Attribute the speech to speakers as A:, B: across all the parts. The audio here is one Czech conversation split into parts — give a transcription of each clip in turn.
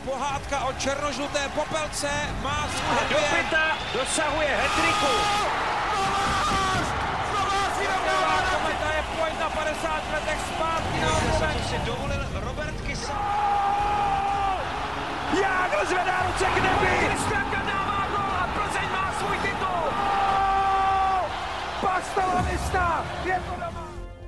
A: pohádka o černožluté popelce má svůj happy end.
B: Dopita dosahuje hat-tricku.
A: Kometa je pojď na 50 letech zpátky na obloven.
B: Si dovolil Robert Kysa.
A: Jágr zvedá ruce k nebi.
B: Kristianka dává gól a Plzeň má svůj titul.
A: Basta la vista, je to doma.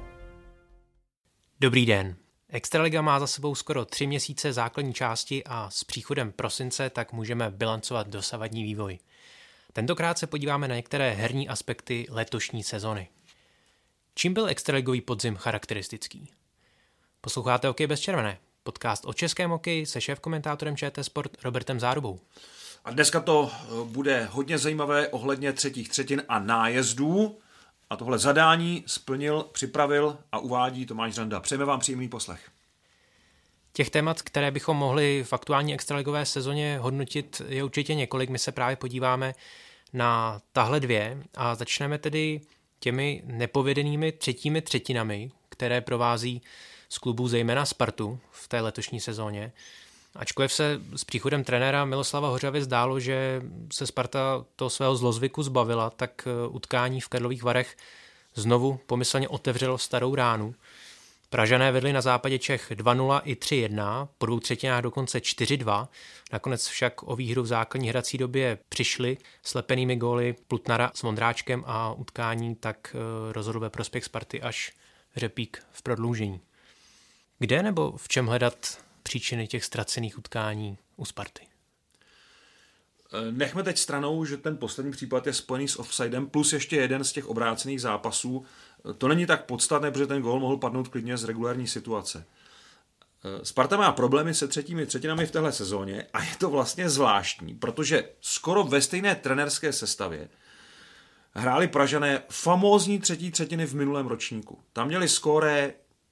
C: Dobrý den. Extraliga má za sebou skoro 3 měsíce základní části a s příchodem prosince tak můžeme bilancovat dosavadní vývoj. Tentokrát se podíváme na některé herní aspekty letošní sezony. Čím byl extraligový podzim charakteristický? Posloucháte Hokej bez červené, podcast o českém hokeji se šéfkomentátorem ČT Sport Robertem Zárubou.
D: A dneska to bude hodně zajímavé ohledně třetích třetin a nájezdů. A tohle zadání splnil, připravil a uvádí Tomáš Řanda. Přejeme vám příjemný poslech.
C: Těch témat, které bychom mohli v aktuální extraligové sezóně hodnotit, je určitě několik. My se právě podíváme na tahle dvě a začneme tedy těmi nepovedenými třetími třetinami, které provází z klubů zejména Spartu v té letošní sezóně. Ačkoliv se s příchodem trenéra Miloslava Hořavy zdálo, že se Sparta toho svého zlozvyku zbavila, tak utkání v Karlových Varech znovu pomyslně otevřelo starou ránu. Pražané vedli na západě Čech 2-0 i 3-1, po 2 třetinách dokonce 4-2. Nakonec však o výhru v základní hrací době přišli slepenými góly Plutnara s Vondráčkem a utkání tak rozhodl ve prospěch Sparty až Řepík v prodloužení. Kde nebo v čem hledat příčiny těch ztracených utkání u Sparty?
D: Nechme teď stranou, že ten poslední případ je spojený s offsidem, plus ještě jeden z těch obrácených zápasů. To není tak podstatné, protože ten gól mohl padnout klidně z regulární situace. Sparta má problémy se třetími třetinami v téhle sezóně a je to vlastně zvláštní, protože skoro ve stejné trenerské sestavě hráli Pražané famózní třetí třetiny v minulém ročníku. Tam měli skóre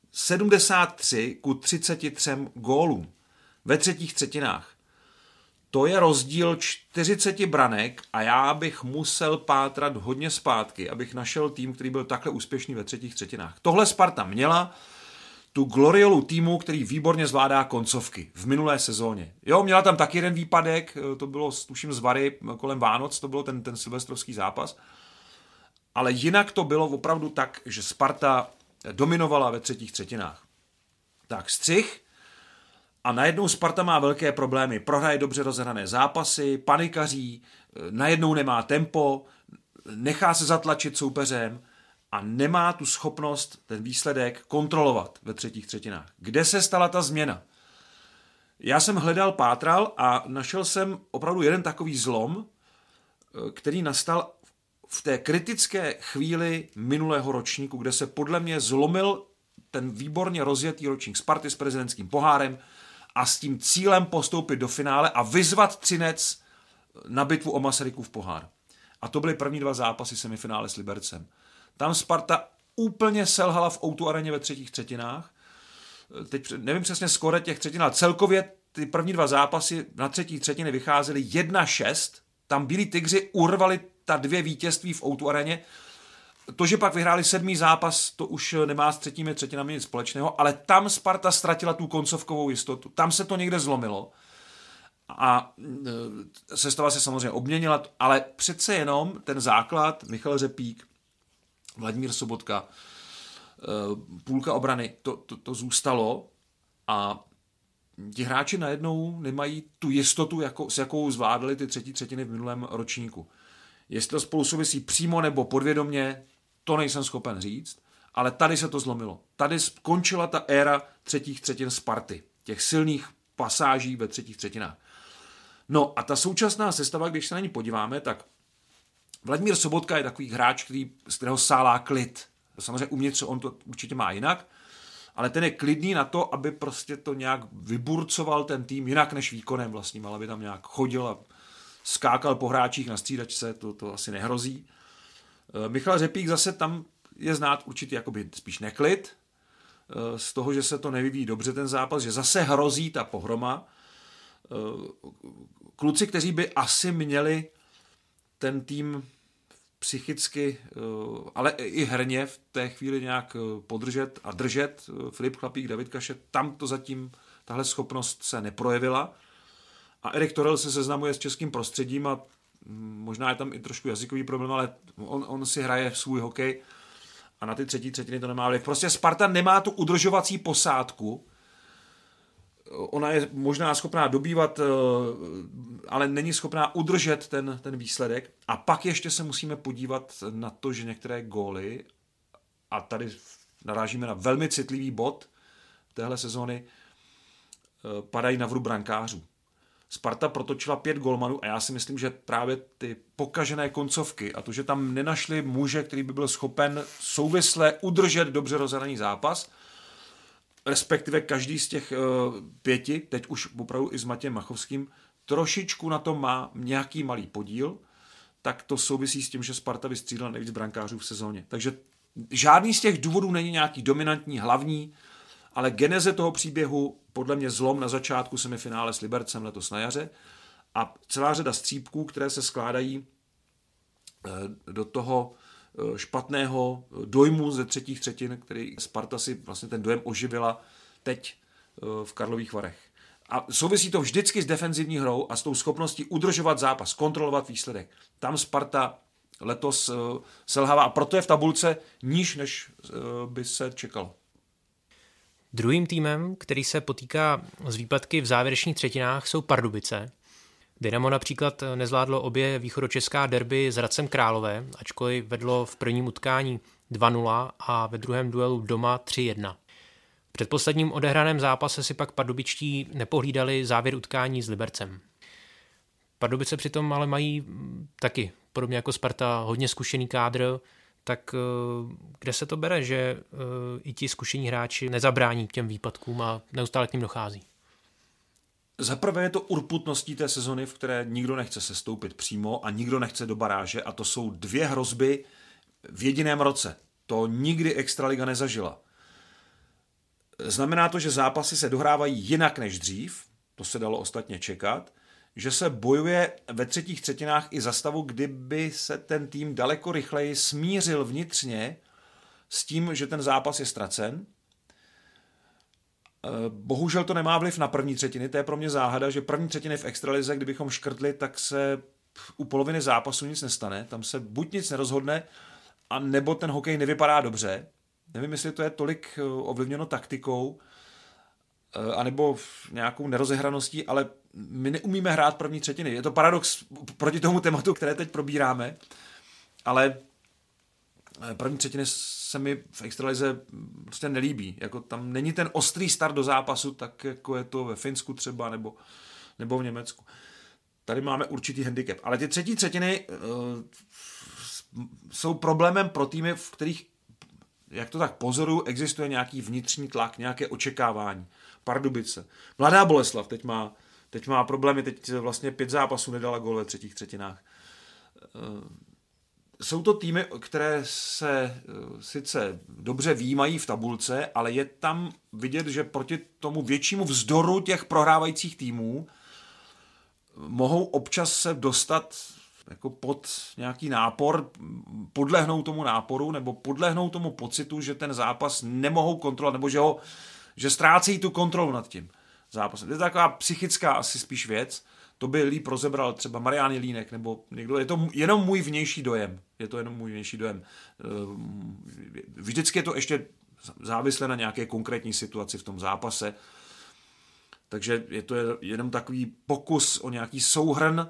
D: 73-33 gólům ve třetích třetinách. To je rozdíl 40 branek a já bych musel pátrat hodně zpátky, abych našel tým, který byl takhle úspěšný ve třetích třetinách. Tohle Sparta měla tu gloriolu týmu, který výborně zvládá koncovky v minulé sezóně. Jo, měla tam taky jeden výpadek, to bylo tuším z Vary kolem Vánoc, to bylo ten silvestrovský zápas. Ale jinak to bylo opravdu tak, že Sparta dominovala ve třetích třetinách. Tak střih a najednou Sparta má velké problémy. Prohraje dobře rozehrané zápasy, panikaří, najednou nemá tempo, nechá se zatlačit soupeřem a nemá tu schopnost ten výsledek kontrolovat ve třetích třetinách. Kde se stala ta změna? Já jsem pátral a našel jsem opravdu jeden takový zlom, který nastal v té kritické chvíli minulého ročníku, kde se podle mě zlomil ten výborně rozjetý ročník Sparty s prezidentským pohárem a s tím cílem postoupit do finále a vyzvat Třinec na bitvu o Masarykův pohár. A to byly první 2 zápasy semifinále s Libercem. Tam Sparta úplně selhala v O2 areně ve třetích třetinách. Teď nevím přesně skóre těch třetin, ale celkově ty první 2 zápasy na třetí třetiny vycházely 1-6. Tam Bílí tygři urvali ta 2 vítězství v O2 areně. To, že pak vyhráli 7. zápas, to už nemá s třetími třetinami nic společného, ale tam Sparta ztratila tu koncovkovou jistotu. Tam se to někde zlomilo a sestava se samozřejmě obměnila, ale přece jenom ten základ, Michal Řepík, Vladimír Sobotka, půlka obrany, to zůstalo a ti hráči najednou nemají tu jistotu, s jakou zvládali ty třetí třetiny v minulém ročníku. Jestli to spolu souvisí přímo nebo podvědomě, to nejsem schopen říct, ale tady se to zlomilo. Tady skončila ta éra třetích třetin Sparty, těch silných pasáží ve třetích třetinách. No a ta současná sestava, když se na ní podíváme, tak Vladimír Sobotka je takový hráč, z kterého sálá klid. Samozřejmě uvnitř on to určitě má jinak, ale ten je klidný na to, aby prostě to nějak vyburcoval ten tým jinak než výkonem vlastním, ale aby tam nějak chodil a skákal po hráčích na střídačce, to asi nehrozí. Michal Řepík zase tam je znát určitě jakoby spíš neklid, z toho, že se to nevyvíjí dobře ten zápas, že zase hrozí ta pohroma. Kluci, kteří by asi měli ten tým psychicky, ale i herně v té chvíli nějak podržet a držet, Filip Chlapík, David Kašet, tam to zatím, tahle schopnost se neprojevila. A Erik Torel se seznamuje s českým prostředím a možná je tam i trošku jazykový problém, ale on si hraje svůj hokej a na ty třetí třetiny to nemá vliv. Prostě Sparta nemá tu udržovací posádku. Ona je možná schopná dobývat, ale není schopná udržet ten výsledek. A pak ještě se musíme podívat na to, že některé góly, a tady narážíme na velmi citlivý bod téhle sezóny, padají na vrub brankářů. Sparta protočila 5 golmanů a já si myslím, že právě ty pokažené koncovky a to, že tam nenašli muže, který by byl schopen souvisle udržet dobře rozhraný zápas, respektive každý z těch 5, teď už opravdu i s Matějem Machovským, trošičku na tom má nějaký malý podíl, tak to souvisí s tím, že Sparta vystřídala nejvíc brankářů v sezóně. Takže žádný z těch důvodů není nějaký dominantní, hlavní, ale geneze toho příběhu, podle mě zlom na začátku semifinále s Libercem letos na jaře a celá řada střípků, které se skládají do toho špatného dojmu ze třetích třetin, který Sparta si vlastně ten dojem oživila teď v Karlových Varech. A souvisí to vždycky s defenzivní hrou a s tou schopností udržovat zápas, kontrolovat výsledek. Tam Sparta letos selhává a proto je v tabulce níž, než by se čekalo.
C: Druhým týmem, který se potýká s výpadky v závěrečných třetinách, jsou Pardubice. Dynamo například nezvládlo obě východočeská derby s Hradcem Králové, ačkoliv vedlo v prvním utkání 2-0 a ve druhém duelu doma 3-1. V předposledním odehraném zápase si pak pardubičtí nepohlídali závěr utkání s Libercem. Pardubice přitom ale mají taky, podobně jako Sparta, hodně zkušený kádr, tak kde se to bere, že i ti zkušení hráči nezabrání těm výpadkům a neustále k ním dochází?
D: Za prvé je to urputností té sezony, v které nikdo nechce sestoupit přímo a nikdo nechce do baráže a to jsou 2 hrozby v jediném roce. To nikdy Extraliga nezažila. Znamená to, že zápasy se dohrávají jinak než dřív, to se dalo ostatně čekat, že se bojuje ve třetích třetinách i za stavu, kdyby se ten tým daleko rychleji smířil vnitřně s tím, že ten zápas je ztracen. Bohužel to nemá vliv na první třetiny, to je pro mě záhada, že první třetiny v extralize, kdybychom škrtli, tak se u poloviny zápasu nic nestane, tam se buď nic nerozhodne, a nebo ten hokej nevypadá dobře. Nevím, jestli to je tolik ovlivněno taktikou, anebo nějakou nerozehraností, ale my neumíme hrát první třetiny. Je to paradox proti tomu tématu, které teď probíráme, ale první třetiny se mi v extralize prostě nelíbí. Jako tam není ten ostrý start do zápasu, tak jako je to ve Finsku třeba, nebo v Německu. Tady máme určitý handicap. Ale ty třetí třetiny jsou problémem pro týmy, v kterých, jak to tak pozoruju, existuje nějaký vnitřní tlak, nějaké očekávání. Pardubice. Mladá Boleslav teď má problémy, teď vlastně 5 zápasů nedala gól ve třetích třetinách. Jsou to týmy, které se sice dobře výjímají v tabulce, ale je tam vidět, že proti tomu většímu vzdoru těch prohrávajících týmů mohou občas se dostat jako pod nějaký nápor, podlehnou tomu náporu nebo podlehnou tomu pocitu, že ten zápas nemohou kontrolovat, nebo že ztrácejí tu kontrolu nad tím zápasem. To je taková psychická asi spíš věc. To by líp rozebral třeba Marián Jelínek nebo někdo. Je to jenom můj vnější dojem. Vždycky je to ještě závislé na nějaké konkrétní situaci v tom zápase. Takže je to jenom takový pokus o nějaký souhrn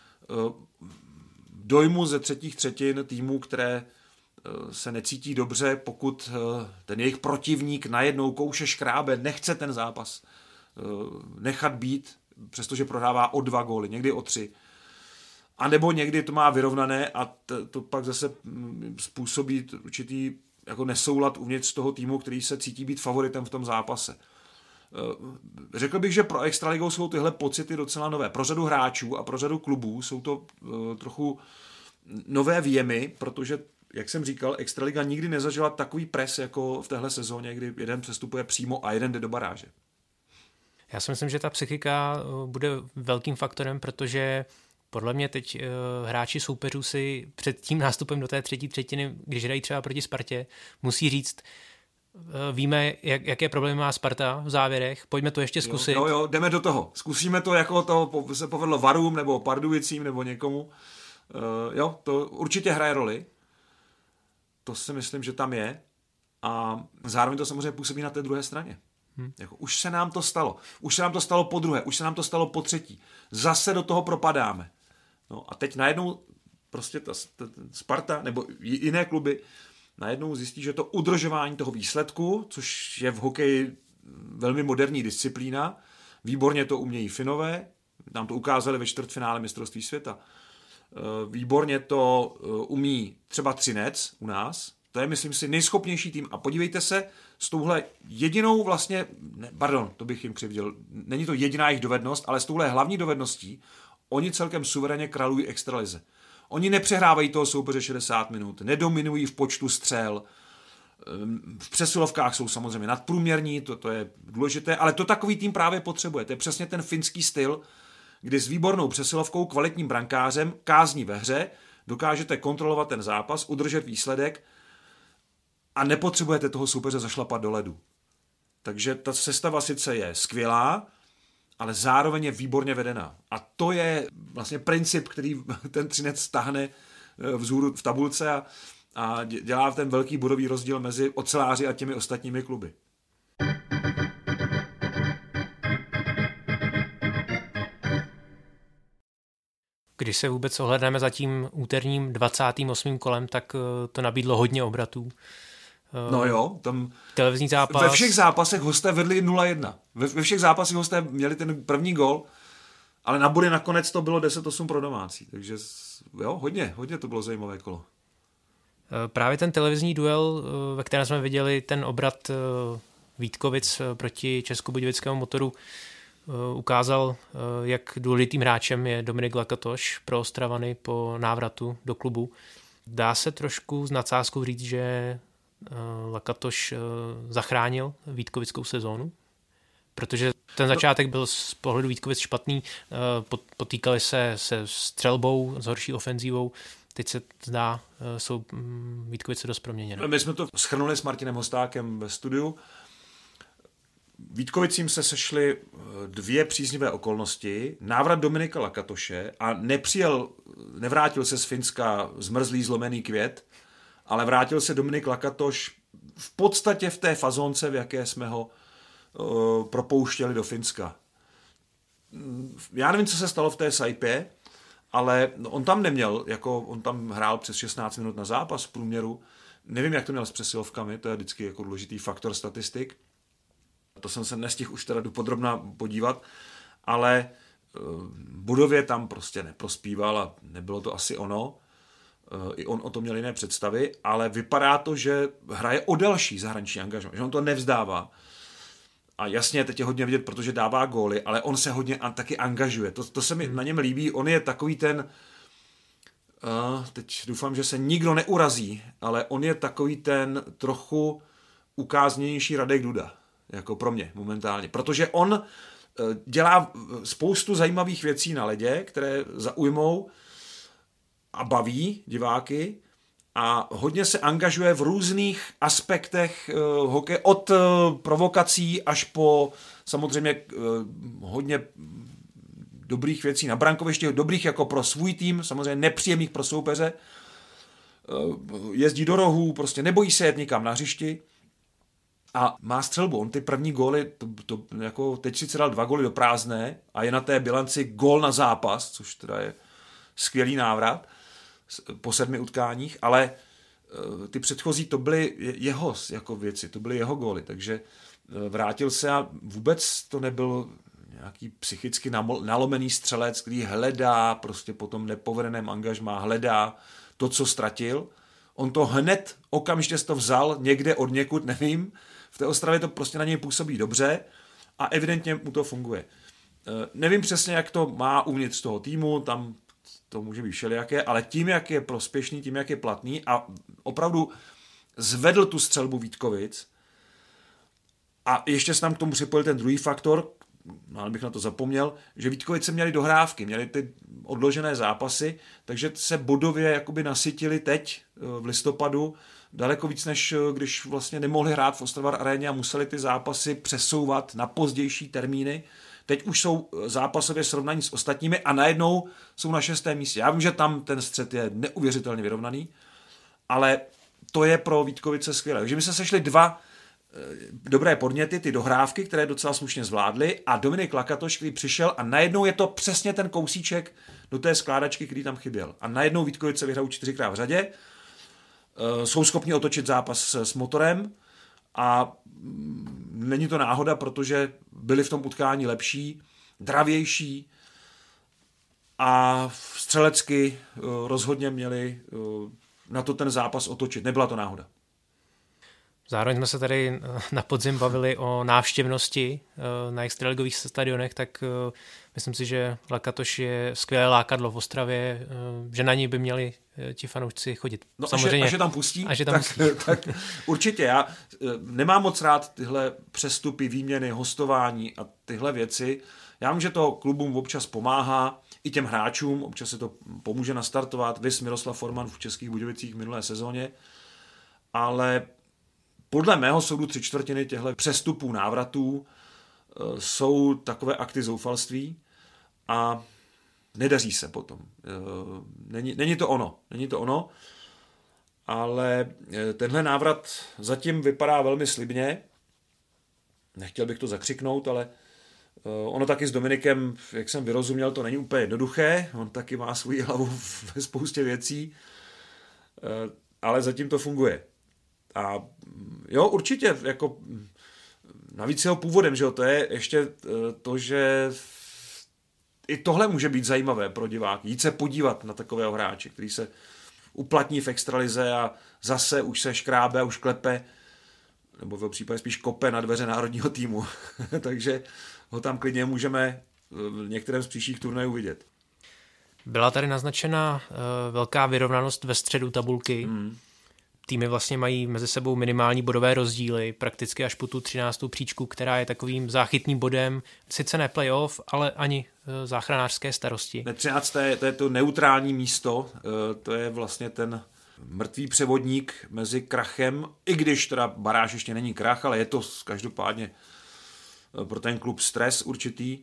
D: dojmu ze třetích třetin týmů, které se necítí dobře, pokud ten jejich protivník najednou kouše škrábe, nechce ten zápas nechat být, přestože prohrává o 2 góly, někdy o 3. A nebo někdy to má vyrovnané a to pak zase způsobí určitý jako nesoulad uvnitř toho týmu, který se cítí být favoritem v tom zápase. Řekl bych, že pro extraligou jsou tyhle pocity docela nové. Pro řadu hráčů a pro řadu klubů jsou to trochu nové výjemy, protože, jak jsem říkal, extraliga nikdy nezažila takový pres jako v téhle sezóně, kdy jeden přestupuje přímo a jeden jde do baráže.
C: Já si myslím, že ta psychika bude velkým faktorem, protože podle mě teď hráči soupeřů si před tím nástupem do té třetí třetiny, když hrají třeba proti Spartě, musí říct, Víme, jaké problémy má Sparta v závěrech. Pojďme to ještě zkusit.
D: Jo, jdeme do toho. Zkusíme to, jako to se povedlo Varům nebo Pardubicím nebo někomu. Jo, to určitě hraje roli. To si myslím, že tam je. A zároveň to samozřejmě působí na té druhé straně. Jako, už se nám to stalo. Už se nám to stalo po druhé. Už se nám to stalo po třetí. Zase do toho propadáme. No a teď najednou prostě ta Sparta nebo jiné kluby najednou zjistí, že to udržování toho výsledku, což je v hokeji velmi moderní disciplína, výborně to umějí Finové, nám to ukázali ve čtvrtfinále mistrovství světa. Výborně to umí třeba Třinec u nás, to je, myslím si, nejschopnější tým. A podívejte se, s touhle jedinou vlastně, to bych jim křivděl, není to jediná jejich dovednost, ale s touhle hlavní dovedností oni celkem suverénně králují extralize. Oni nepřehrávají toho soupeře 60 minut, nedominují v počtu střel, v přesilovkách jsou samozřejmě nadprůměrní, to je důležité, ale to takový tým právě potřebuje. To je přesně ten finský styl, kdy s výbornou přesilovkou, kvalitním brankářem, kázní ve hře, dokážete kontrolovat ten zápas, udržet výsledek a nepotřebujete toho soupeře zašlapat do ledu. Takže ta sestava sice je skvělá, ale zároveň je výborně vedená. A to je vlastně princip, který ten Třinec stáhne vzhůru v tabulce a dělá ten velký bodový rozdíl mezi oceláři a těmi ostatními kluby.
C: Když se vůbec ohledneme za tím úterním 28. kolem, tak to nabídlo hodně obratů.
D: No jo, tam
C: televizní zápas.
D: Ve všech zápasech hosté vedli 0-1. Ve všech zápasech hosté měli ten první gol, ale na body nakonec to bylo 10-8 pro domácí. Takže jo, hodně to bylo zajímavé kolo.
C: Právě ten televizní duel, ve kterém jsme viděli ten obrat Vítkovic proti Českobudějovickému Motoru, ukázal, jak důležitým hráčem je Dominik Lakatoš pro Ostravany po návratu do klubu. Dá se trošku s nadsázkou říct, že Lakatoš zachránil vítkovickou sezónu? Protože ten začátek byl z pohledu Vítkovic špatný, potýkali se střelbou, s horší ofenzívou, teď se zdá, jsou Vítkovice dost proměněné.
D: My jsme to shrnuli s Martinem Hostákem ve studiu. Vítkovicím se sešly dvě příznivé okolnosti. Návrat Dominika Lakatoše a nevrátil se z Finska zmrzlý zlomený květ, ale vrátil se Dominik Lakatoš v podstatě v té fazonce, v jaké jsme ho propouštěli do Finska. Já nevím, co se stalo v té Saipě, ale on tam neměl, on tam hrál přes 16 minut na zápas v průměru. Nevím, jak to měl s přesilovkami, to je vždycky jako důležitý faktor statistik. To jsem se nestihl už teda dopodrobna podívat, ale Budově tam prostě neprospíval a nebylo to asi ono. I on o tom měl jiné představy, ale vypadá to, že hraje o další zahraniční angažmá, že on to nevzdává. A jasně, teď je hodně vidět, protože dává góly, ale on se hodně taky angažuje. To se mi na něm líbí. On je takový ten, teď doufám, že se nikdo neurazí, ale on je takový ten trochu ukáznější Radek Duda, jako pro mě momentálně. Protože on dělá spoustu zajímavých věcí na ledě, které zaujmou a baví diváky a hodně se angažuje v různých aspektech hokeje, od provokací až po samozřejmě hodně dobrých věcí na brankovišti, dobrých jako pro svůj tým, samozřejmě nepříjemných pro soupeře. Jezdí do rohů, prostě nebojí se jet nikam na hřišti a má střelbu. On ty první góly, jako teď sice dal 2 góly do prázdné a je na té bilanci gól na zápas, což teda je skvělý návrat po 7 utkáních, ale ty předchozí to byly jeho jako věci, to byly jeho góly, takže vrátil se a vůbec to nebyl nějaký psychicky nalomený střelec, který hledá prostě po tom nepovedeném angažmá, hledá to, co ztratil. On to hned okamžitě to vzal někde od někud, nevím, v té Ostravě to prostě na něj působí dobře a evidentně mu to funguje. Nevím přesně, jak to má uvnitř toho týmu, tam to může být všelijaké, ale tím, jak je prospěšný, tím, jak je platný a opravdu zvedl tu střelbu Vítkovic a ještě se tam k tomu připojil ten druhý faktor, ale bych na to zapomněl, že Vítkovice měli dohrávky, měli ty odložené zápasy, takže se bodově jakoby nasytili teď v listopadu daleko víc, než když vlastně nemohli hrát v Ostravar aréně a museli ty zápasy přesouvat na pozdější termíny. Teď už jsou zápasově srovnaní s ostatními a najednou jsou na 6. místě. Já vím, že tam ten střet je neuvěřitelně vyrovnaný, ale to je pro Vítkovice skvělé. Takže my se sešli dva dobré podněty, ty dohrávky, které docela slušně zvládli, a Dominik Lakatoš, který přišel a najednou je to přesně ten kousíček do té skládačky, který tam chyběl. A najednou Vítkovice vyhrajou 4krát v řadě, jsou schopni otočit zápas s Motorem a není to náhoda, protože byli v tom utkání lepší, dravější a střelecky rozhodně měli na to ten zápas otočit. Nebyla to náhoda.
C: Zároveň jsme se tady na podzim bavili o návštěvnosti na extraligových stadionech, tak myslím si, že Lakatoš je skvělé lákadlo v Ostravě, že na něj by měli ti fanoušci chodit.
D: No, samozřejmě. Až je tam pustí, tak určitě. Já nemám moc rád tyhle přestupy, výměny, hostování a tyhle věci. Já vím, že to klubům občas pomáhá, i těm hráčům, občas se to pomůže nastartovat, viz Miroslav Forman v Českých Budějovicích v minulé sezóně, ale podle mého soudu 3/4 těchto přestupů, návratů jsou takové akty zoufalství a nedaří se potom. Není to ono, ale tenhle návrat zatím vypadá velmi slibně. Nechtěl bych to zakřiknout, ale ono taky s Dominikem, jak jsem vyrozuměl, to není úplně jednoduché. On taky má svou hlavu ve spoustě věcí, ale zatím to funguje. A jo, určitě, jako navíc jeho původem, že jo, to je ještě to, že i tohle může být zajímavé pro diváky. Jít se podívat na takového hráče, který se uplatní v extralize a zase už se škrábe a už klepe, nebo v případě spíš kope na dveře národního týmu. Takže ho tam klidně můžeme v některém z příštích turnajů vidět.
C: Byla tady naznačena velká vyrovnanost ve středu tabulky. Týmy vlastně mají mezi sebou minimální bodové rozdíly, prakticky až po tu 13. příčku, která je takovým záchytným bodem, sice ne playoff, ale ani záchranářské starosti.
D: 13. to je to neutrální místo, to je vlastně ten mrtvý převodník mezi krachem, i když teda baráž ještě není krach, ale je to každopádně pro ten klub stres určitý,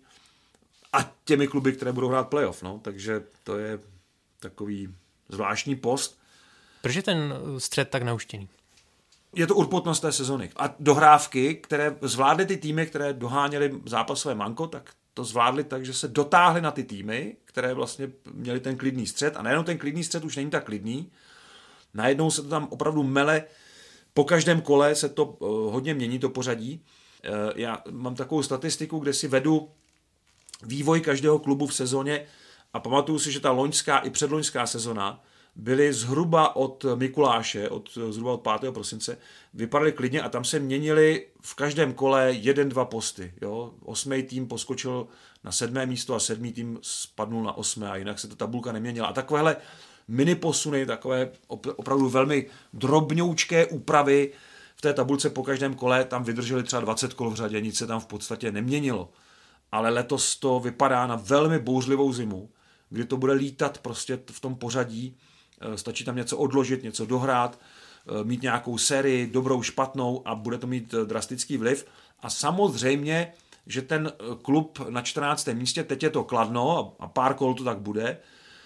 D: a těmi kluby, které budou hrát playoff, no, takže to je takový zvláštní post.
C: Proč je ten střed tak nauštěný?
D: Je to urputnost té sezony. A dohrávky, které zvládly ty týmy, které doháněly zápasové manko, tak to zvládly tak, že se dotáhly na ty týmy, které vlastně měly ten klidný střed. A najednou ten klidný střed už není tak klidný. Najednou se to tam opravdu mele. Po každém kole se to hodně mění, to pořadí. Já mám takovou statistiku, kde si vedu vývoj každého klubu v sezóně a pamatuju si, že ta loňská i předloňská sezona byly zhruba od Mikuláše, zhruba od 5. prosince, vypadaly klidně a tam se měnily v každém kole 1-2 posty. Jo? 8. tým poskočil na 7. místo a 7. tým spadnul na 8. a jinak se ta tabulka neměnila. A takovéhle mini posuny, takové opravdu velmi drobňoučké úpravy v té tabulce po každém kole, tam vydrželi třeba 20 kol v řadě, nic se tam v podstatě neměnilo. Ale letos to vypadá na velmi bouřlivou zimu, kdy to bude lítat prostě v tom pořadí. Stačí tam něco odložit, něco dohrát, mít nějakou sérii, dobrou, špatnou, a bude to mít drastický vliv. A samozřejmě, že ten klub na 14. místě, teď je to Kladno a pár kol to tak bude,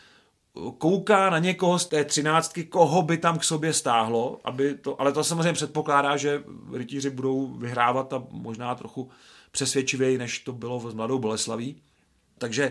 D: kouká na někoho z té 13, koho by tam k sobě stáhlo, ale to samozřejmě předpokládá, že rytíři budou vyhrávat a možná trochu přesvědčivěji, než to bylo s Mladou Boleslaví. Takže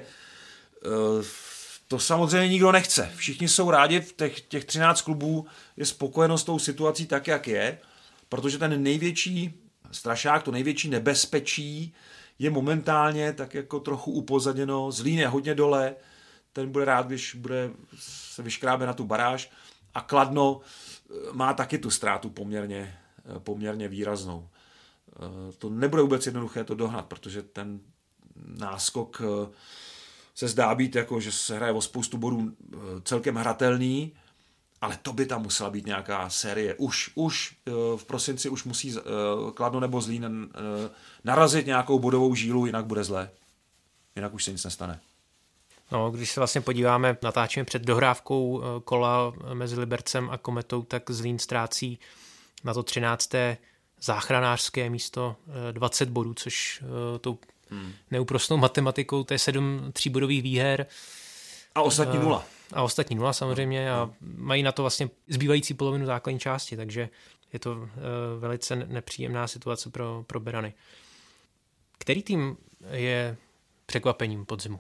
D: to samozřejmě nikdo nechce. Všichni jsou rádi, v těch 13 klubů je spokojeno s tou situací tak, jak je, protože ten největší strašák, to největší nebezpečí je momentálně tak jako trochu upozaděno. Zlín je hodně dole, ten bude rád, když se vyškrábe na tu baráž, a Kladno má taky tu ztrátu poměrně výraznou. To nebude vůbec jednoduché to dohnat, protože ten náskok se zdá být jako, že se hraje o spoustu bodů celkem hratelný, ale to by tam musela být nějaká série. Už v prosinci už musí Kladno nebo Zlín narazit nějakou bodovou žílu, jinak bude zlé. Jinak už se nic nestane.
C: No, když se vlastně podíváme, natáčíme před dohrávkou kola mezi Libercem a Kometou, tak Zlín ztrácí na to 13. záchranářské místo 20 bodů, což tou neúprostnou matematikou, to je 7 tříbodových výher.
D: A ostatní 0.
C: A ostatní 0 samozřejmě a mají na to vlastně zbývající polovinu základní části, takže je to velice nepříjemná situace pro Berany. Který tým je překvapením podzimu?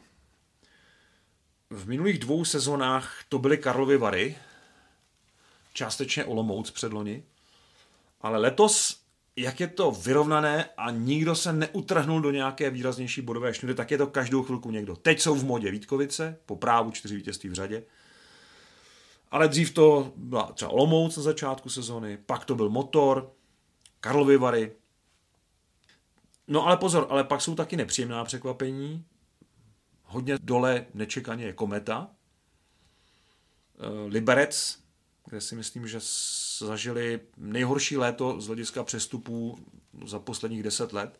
D: V minulých 2 sezónách to byly Karlovy Vary, částečně Olomouc předloni, ale letos, jak je to vyrovnané a nikdo se neutrhnul do nějaké výraznější bodové šňůry, tak je to každou chvilku někdo. Teď jsou v modě Vítkovice, po právu 4 vítězství v řadě, ale dřív to byla třeba Olomouc na začátku sezóny, pak to byl Motor, Karlovy Vary. No ale pozor, ale pak jsou taky nepříjemná překvapení. Hodně dole nečekaně je Kometa, Liberec, kde si myslím, že zažili nejhorší léto z hlediska přestupů za posledních 10 let.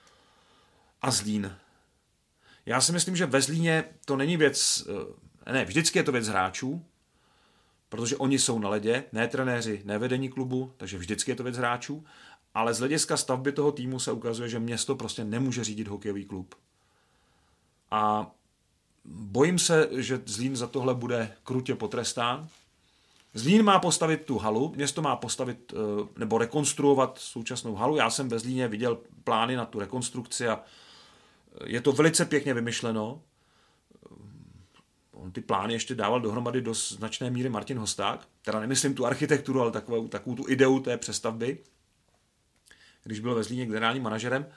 D: A Zlín. Já si myslím, že ve Zlíně to není věc, ne, vždycky je to věc hráčů, protože oni jsou na ledě, ne trenéři, ne vedení klubu, takže vždycky je to věc hráčů, ale z hlediska stavby toho týmu se ukazuje, že město prostě nemůže řídit hokejový klub. A bojím se, že Zlín za tohle bude krutě potrestán. Zlín má postavit tu halu, město má postavit nebo rekonstruovat současnou halu. Já jsem ve Zlíně viděl plány na tu rekonstrukci a je to velice pěkně vymyšleno. On ty plány ještě dával dohromady do značné míry Martin Hosták. Teda nemyslím tu architekturu, ale takovou tu ideu té přestavby, když byl ve Zlíně generálním manažerem.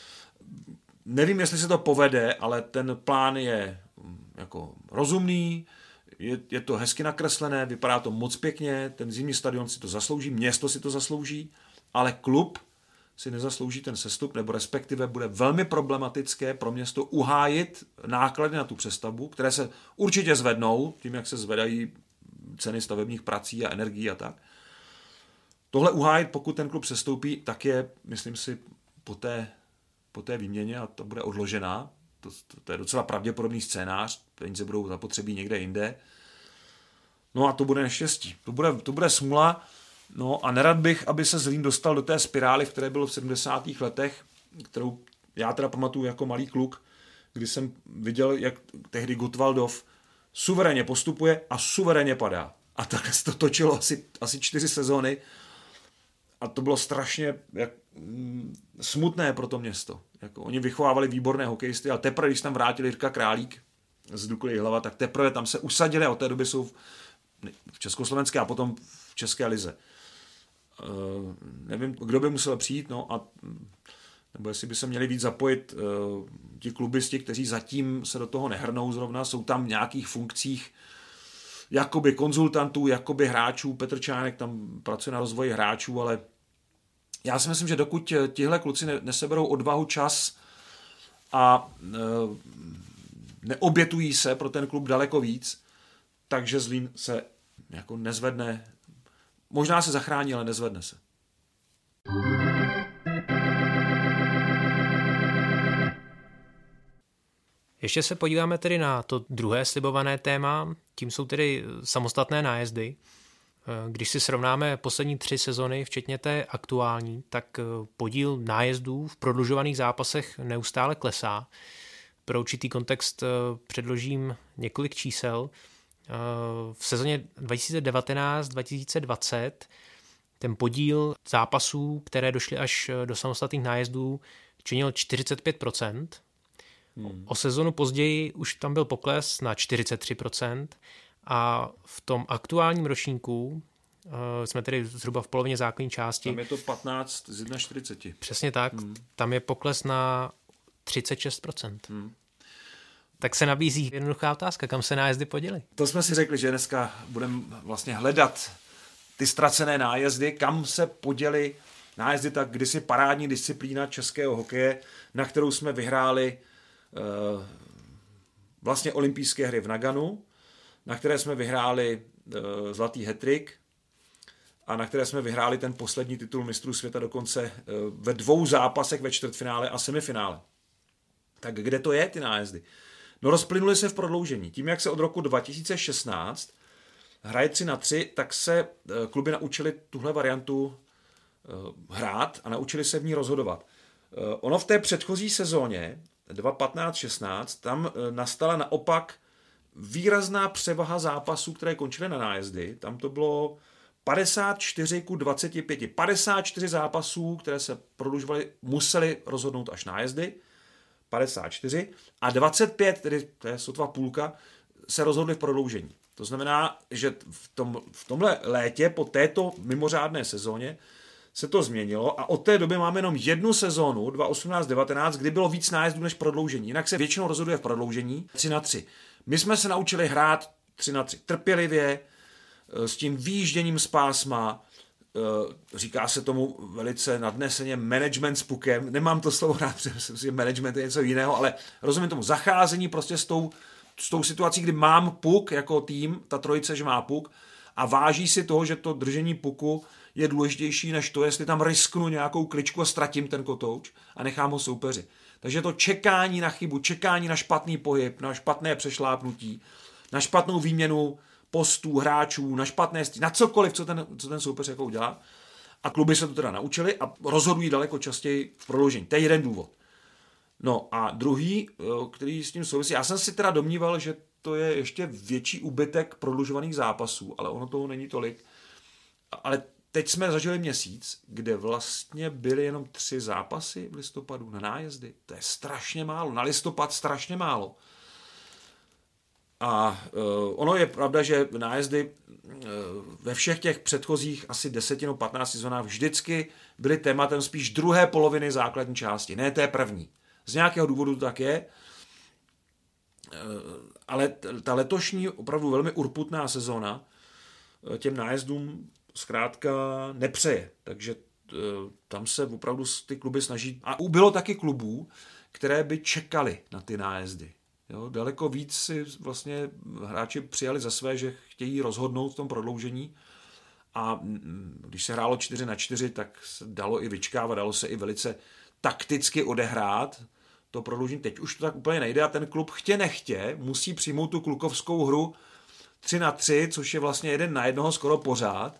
D: Nevím, jestli se to povede, ale ten plán je jako rozumný, je to hezky nakreslené, vypadá to moc pěkně, ten zimní stadion si to zaslouží, město si to zaslouží, ale klub si nezaslouží ten sestup, nebo respektive bude velmi problematické pro město uhájit náklady na tu přestavbu, které se určitě zvednou, tím, jak se zvedají ceny stavebních prací a energií a tak. Tohle uhájit, pokud ten klub sestoupí, tak je, myslím si, po té výměně, a to bude odložená, to je docela pravděpodobný scénář, peníze budou zapotřebí někde jinde. No a to bude neštěstí. To bude smůla. No a nerad bych, aby se Zlín dostal do té spirály, v které bylo v 70. letech, kterou já teda pamatuju jako malý kluk, kdy jsem viděl, jak tehdy Gutwaldov suverénně postupuje a suverénně padá. A takhle se to točilo asi 4 sezóny a to bylo strašně smutné pro to město. Jako, oni vychovávali výborné hokejisty, ale teprve, když tam vrátili Jirka Králík z Dukly Jihlava, tak teprve tam se usadili a od té doby jsou v československé a potom v české lize. Nevím, kdo by musel přijít, no a nebo jestli by se měli víc zapojit ti klubisti, kteří zatím se do toho nehrnou zrovna, jsou tam v nějakých funkcích jakoby konzultantů, jakoby hráčů. Petr Čánek tam pracuje na rozvoji hráčů, ale já si myslím, že dokud tihle kluci neseberou odvahu, čas a neobětují se pro ten klub daleko víc, takže Zlín se jako nezvedne. Možná se zachrání, ale nezvedne se.
C: Ještě se podíváme tedy na to druhé slibované téma, tím jsou tedy samostatné nájezdy. Když si srovnáme poslední 3 sezony, včetně té aktuální, tak podíl nájezdů v prodlužovaných zápasech neustále klesá. Pro určitý kontext předložím několik čísel. V sezóně 2019-2020 ten podíl zápasů, které došly až do samostatných nájezdů, činil 45%. O sezonu později už tam byl pokles na 43% a v tom aktuálním ročníku jsme tedy zhruba v polovině základní části.
D: Tam je to 15 z 41.
C: Přesně tak, tam je pokles na 36%. Tak se nabízí jednoduchá otázka, kam se nájezdy poděly?
D: To jsme si řekli, že dneska budeme vlastně hledat ty ztracené nájezdy, kam se poděly nájezdy, tak kdysi parádní disciplína českého hokeje, na kterou jsme vyhráli vlastně olympijské hry v Naganu, na které jsme vyhráli zlatý hat-trick a na které jsme vyhráli ten poslední titul mistrů světa dokonce ve 2 zápasech ve čtvrtfinále a semifinále. Tak kde to je, ty nájezdy? No rozplynuly se v prodloužení. Tím, jak se od roku 2016 hraje 3-3, tak se kluby naučili tuhle variantu hrát a naučili se v ní rozhodovat. Ono v té předchozí sezóně 2015-16 tam nastala naopak výrazná převaha zápasů, které končily na nájezdy. Tam to bylo 54-25. 54 zápasů, které se prodlužovaly, museli rozhodnout až nájezdy. 54. A 25, tedy to je sotva půlka, se rozhodli v prodloužení. To znamená, že v tomhle létě, po této mimořádné sezóně, se to změnilo a od té doby máme jenom jednu sezónu, 2018-19, kdy bylo víc nájezdů než prodloužení. Jinak se většinou rozhoduje v prodloužení 3-3. My jsme se naučili hrát 3-3 trpělivě, s tím výjížděním z pásma, říká se tomu velice nadneseně management s pukem. Nemám to slovo rád, protože management je něco jiného, ale rozumím tomu zacházení prostě s tou situací, kdy mám puk jako tým, ta trojice, že má puk a váží si toho, že to držení puku je důležitější než to, jestli tam risknu nějakou kličku a ztratím ten kotouč a nechám ho soupeři. Takže to čekání na chybu, čekání na špatný pohyb, na špatné přešlápnutí, na špatnou výměnu postů, hráčů, na špatné na cokoliv, co ten soupeř jako udělá. A kluby se to teda naučili a rozhodují daleko častěji v prodloužení. To je jeden důvod. No a druhý, který s tím souvisí, já jsem si teda domníval, že to je ještě větší úbytek prodlužovaných zápasů, ale ono toho není tolik. Ale teď jsme zažili měsíc, kde vlastně byly jenom 3 zápasy v listopadu na nájezdy. To je strašně málo. Na listopad strašně málo. A ono je pravda, že nájezdy ve všech těch předchozích asi 10-15 sezónách vždycky byly tématem spíš druhé poloviny základní části, ne té první. Z nějakého důvodu to tak je, ale ta letošní opravdu velmi urputná sezóna těm nájezdům zkrátka nepřeje. Takže tam se opravdu ty kluby snaží. A ubylo taky klubů, které by čekali na ty nájezdy. Jo, daleko víc si vlastně hráči přijali za své, že chtějí rozhodnout v tom prodloužení. A když se hrálo 4-4, tak se dalo i vyčkávat, dalo se i velice takticky odehrát to prodloužení. Teď už to tak úplně nejde a ten klub chtě nechtě musí přijmout tu klukovskou hru 3-3, což je vlastně 1-1 skoro pořád.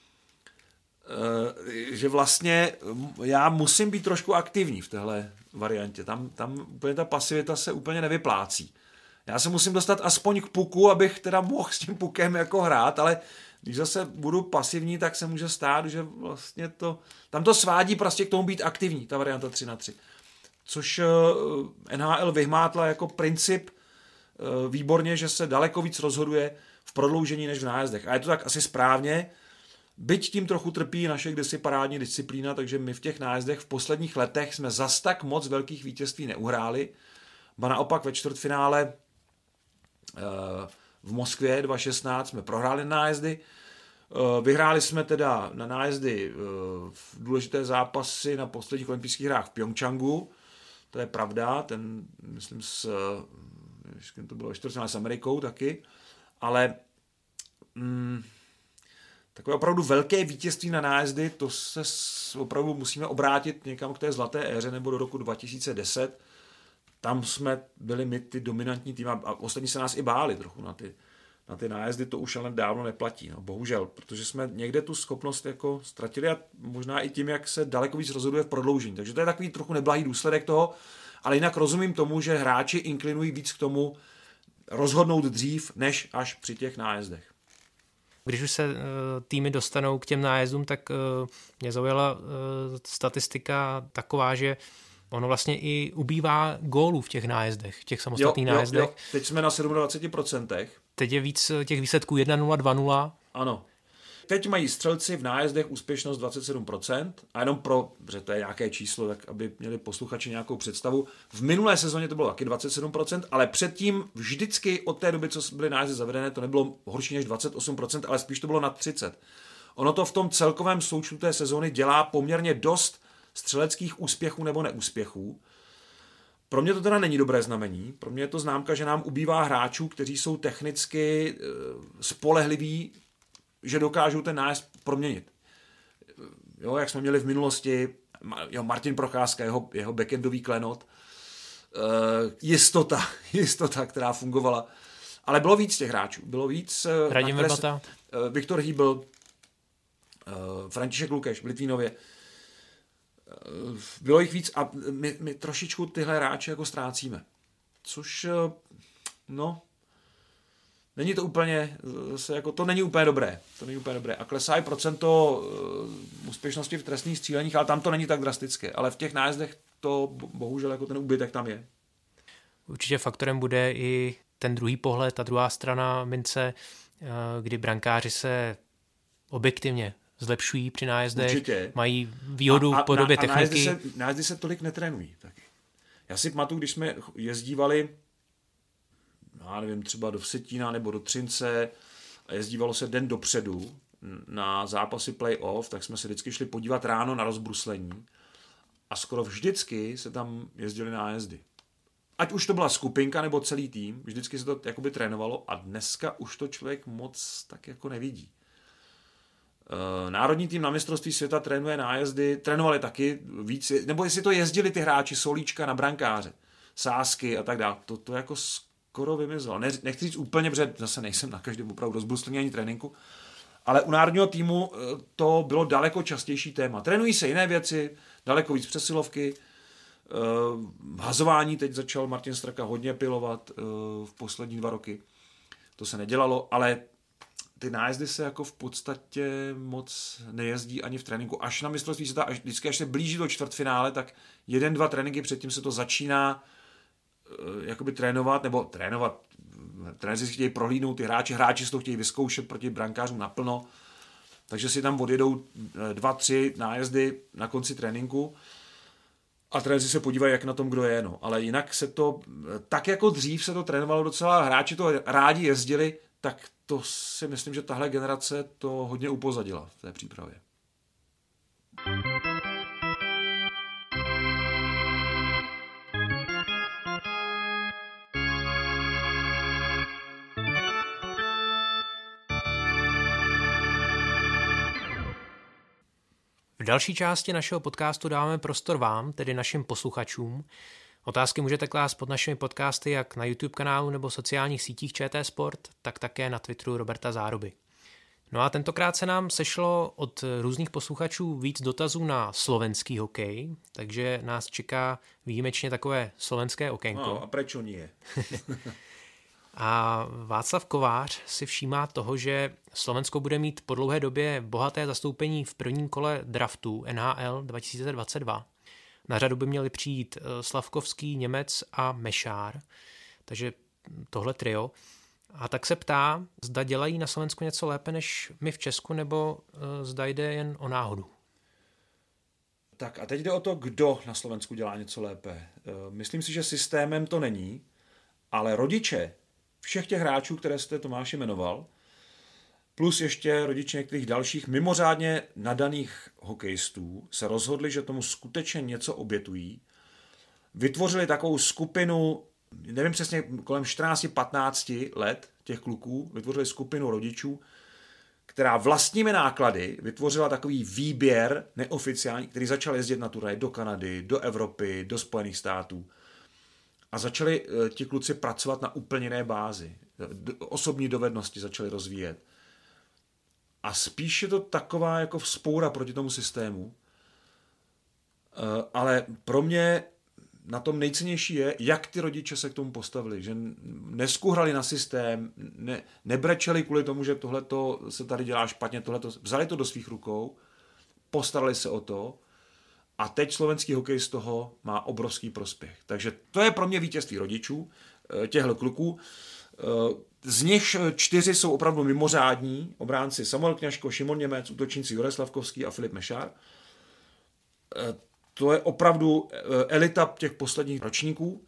D: Že vlastně já musím být trošku aktivní v téhle variantě. Tam úplně ta pasivita se úplně nevyplácí. Já se musím dostat aspoň k puku, abych teda mohl s tím pukem jako hrát, ale když zase budu pasivní, tak se může stát, že vlastně tam to svádí prostě k tomu být aktivní, ta varianta 3-3. Což NHL vyhmátla jako princip výborně, že se daleko víc rozhoduje v prodloužení než v nájezdech. A je to tak asi správně, byť tím trochu trpí naše kdysi parádní disciplína, takže my v těch nájezdech v posledních letech jsme zas tak moc velkých vítězství neuhráli. Ba naopak ve čtvrtfinále v Moskvě 2016 jsme prohráli nájezdy. Vyhráli jsme teda na nájezdy důležité zápasy na posledních olympijských hrách v Pyeongchangu. To je pravda, ten, myslím, to bylo čtvrtfinále s Amerikou taky, ale takové opravdu velké vítězství na nájezdy, to se opravdu musíme obrátit někam k té zlaté éře nebo do roku 2010. Tam jsme byli my ty dominantní tým a ostatní se nás i báli trochu na ty nájezdy, to už ale dávno neplatí, no, bohužel, protože jsme někde tu schopnost jako ztratili a možná i tím, jak se daleko víc rozhoduje v prodloužení. Takže to je takový trochu neblahý důsledek toho, ale jinak rozumím tomu, že hráči inklinují víc k tomu rozhodnout dřív, než až při těch nájezdech.
C: Když už se týmy dostanou k těm nájezdům, tak mě zaujala statistika taková, že ono vlastně i ubývá gólů v těch nájezdech, v těch samostatných nájezdech.
D: Jo. Teď jsme na 27%.
C: Teď je víc těch výsledků 1-0, 2-0.
D: Ano. Teď mají střelci v nájezdech úspěšnost 27% a jenom protože to je nějaké číslo, tak aby měli posluchači nějakou představu. V minulé sezóně to bylo taky 27%, ale předtím vždycky od té doby, co byly nájezdy zavedené, to nebylo horší než 28%, ale spíš to bylo nad 30%. Ono to v tom celkovém součtu té sezóny dělá poměrně dost střeleckých úspěchů nebo neúspěchů. Pro mě to teda není dobré znamení. Pro mě je to známka, že nám ubývá hráčů, kteří jsou technicky spolehliví, že dokážou ten nájezd proměnit. Jo, jak jsme měli v minulosti, Martin Procházka, jeho backendový klenot, jistota, která fungovala. Ale bylo víc těch hráčů. Bylo víc...
C: Radim Vrbata.
D: Viktor Hýbl, František Lukeš v Litvínově. Bylo jich víc a my trošičku tyhle hráče jako ztrácíme. Což, no, není to úplně, to není úplně dobré. A klesají procento úspěšnosti v trestných stříleních, ale tam to není tak drastické. Ale v těch nájezdech to bohužel jako ten úbytek tam je.
C: Určitě faktorem bude i ten druhý pohled, ta druhá strana mince, kdy brankáři se objektivně zlepšují při nájezdech, určitě. Mají výhodu v podobě techniky.
D: Nájezdy se tolik netrénují taky. Já si pamatuju, když jsme jezdívali, já nevím, třeba do Vsetína nebo do Třince a jezdívalo se den dopředu na zápasy play-off, tak jsme se vždycky šli podívat ráno na rozbruslení a skoro vždycky se tam jezdili nájezdy. Ať už to byla skupinka nebo celý tým, vždycky se to jakoby trénovalo a dneska už to člověk moc tak jako nevidí. Národní tým na mistrovství světa trénuje nájezdy, trénovali taky víc, nebo jestli to jezdili ty hráči Solíčka na brankáře, Sásky a tak dále, to jako skoro vymizelo. Nechci říct úplně, protože zase nejsem na každém opravdu rozbruslení ani tréninku, ale u národního týmu to bylo daleko častější téma. Trénují se jiné věci, daleko víc přesilovky, hazování teď začal Martin Straka hodně pilovat v poslední 2 roky. To se nedělalo, ale ty nájezdy se jako v podstatě moc nejezdí ani v tréninku. Až na mistrovství světa, až se blíží do čtvrtfinále, tak 1-2 tréninky předtím se to začíná jakoby trénovat. Trenéři si chtějí prohlídnout ty hráči si to chtějí vyzkoušet proti brankářům naplno, takže si tam odjedou 2-3 nájezdy na konci tréninku a trenéři se podívají, jak na tom kdo je. No. Ale jinak se to, tak jako dřív se to trénovalo docela, hráči to rádi jezdili, tak to si myslím, že tahle generace to hodně upozadila v té přípravě.
C: V další části našeho podcastu dáváme prostor vám, tedy našim posluchačům. Otázky můžete klást pod našimi podcasty jak na YouTube kanálu nebo sociálních sítích ČT Sport, tak také na Twitteru Roberta Záruby. No a tentokrát se nám sešlo od různých posluchačů víc dotazů na slovenský hokej, takže nás čeká výjimečně takové slovenské okénko.
D: No, a proč nie?
C: A Václav Kovář si všímá toho, že Slovensko bude mít po dlouhé době bohaté zastoupení v prvním kole draftu NHL 2022. Na řadu by měli přijít Slavkovský, Němec a Mešár, takže tohle trio. A tak se ptá, zda dělají na Slovensku něco lépe než my v Česku, nebo zda jde jen o náhodu.
D: Tak a teď jde o to, kdo na Slovensku dělá něco lépe. Myslím si, že systémem to není, ale rodiče všech těch hráčů, které jste Tomáši jmenoval, plus ještě rodiče některých dalších mimořádně nadaných hokejistů se rozhodli, že tomu skutečně něco obětují. Vytvořili takovou skupinu, nevím přesně, kolem 14-15 let těch kluků, vytvořili skupinu rodičů, která vlastními náklady vytvořila takový výběr neoficiální, který začal jezdit na turnaje do Kanady, do Evropy, do Spojených států. A začali ti kluci pracovat na úplně jiné bázi. Osobní dovednosti začali rozvíjet. A spíš je to taková jako vzpoura proti tomu systému. Ale pro mě na tom nejcennější je, jak ty rodiče se k tomu postavili. Že neskuhrali na systém, nebrečeli kvůli tomu, že tohleto se tady dělá špatně, tohleto, vzali to do svých rukou, postarali se o to a teď slovenský hokej z toho má obrovský prospěch. Takže to je pro mě vítězství rodičů, těchto kluků. Z nich 4 jsou opravdu mimořádní, obránci Samuel Kňažko, Šimon Němec, útočníci Juraj Slavkovský a Filip Mešár. To je opravdu elita těch posledních ročníků.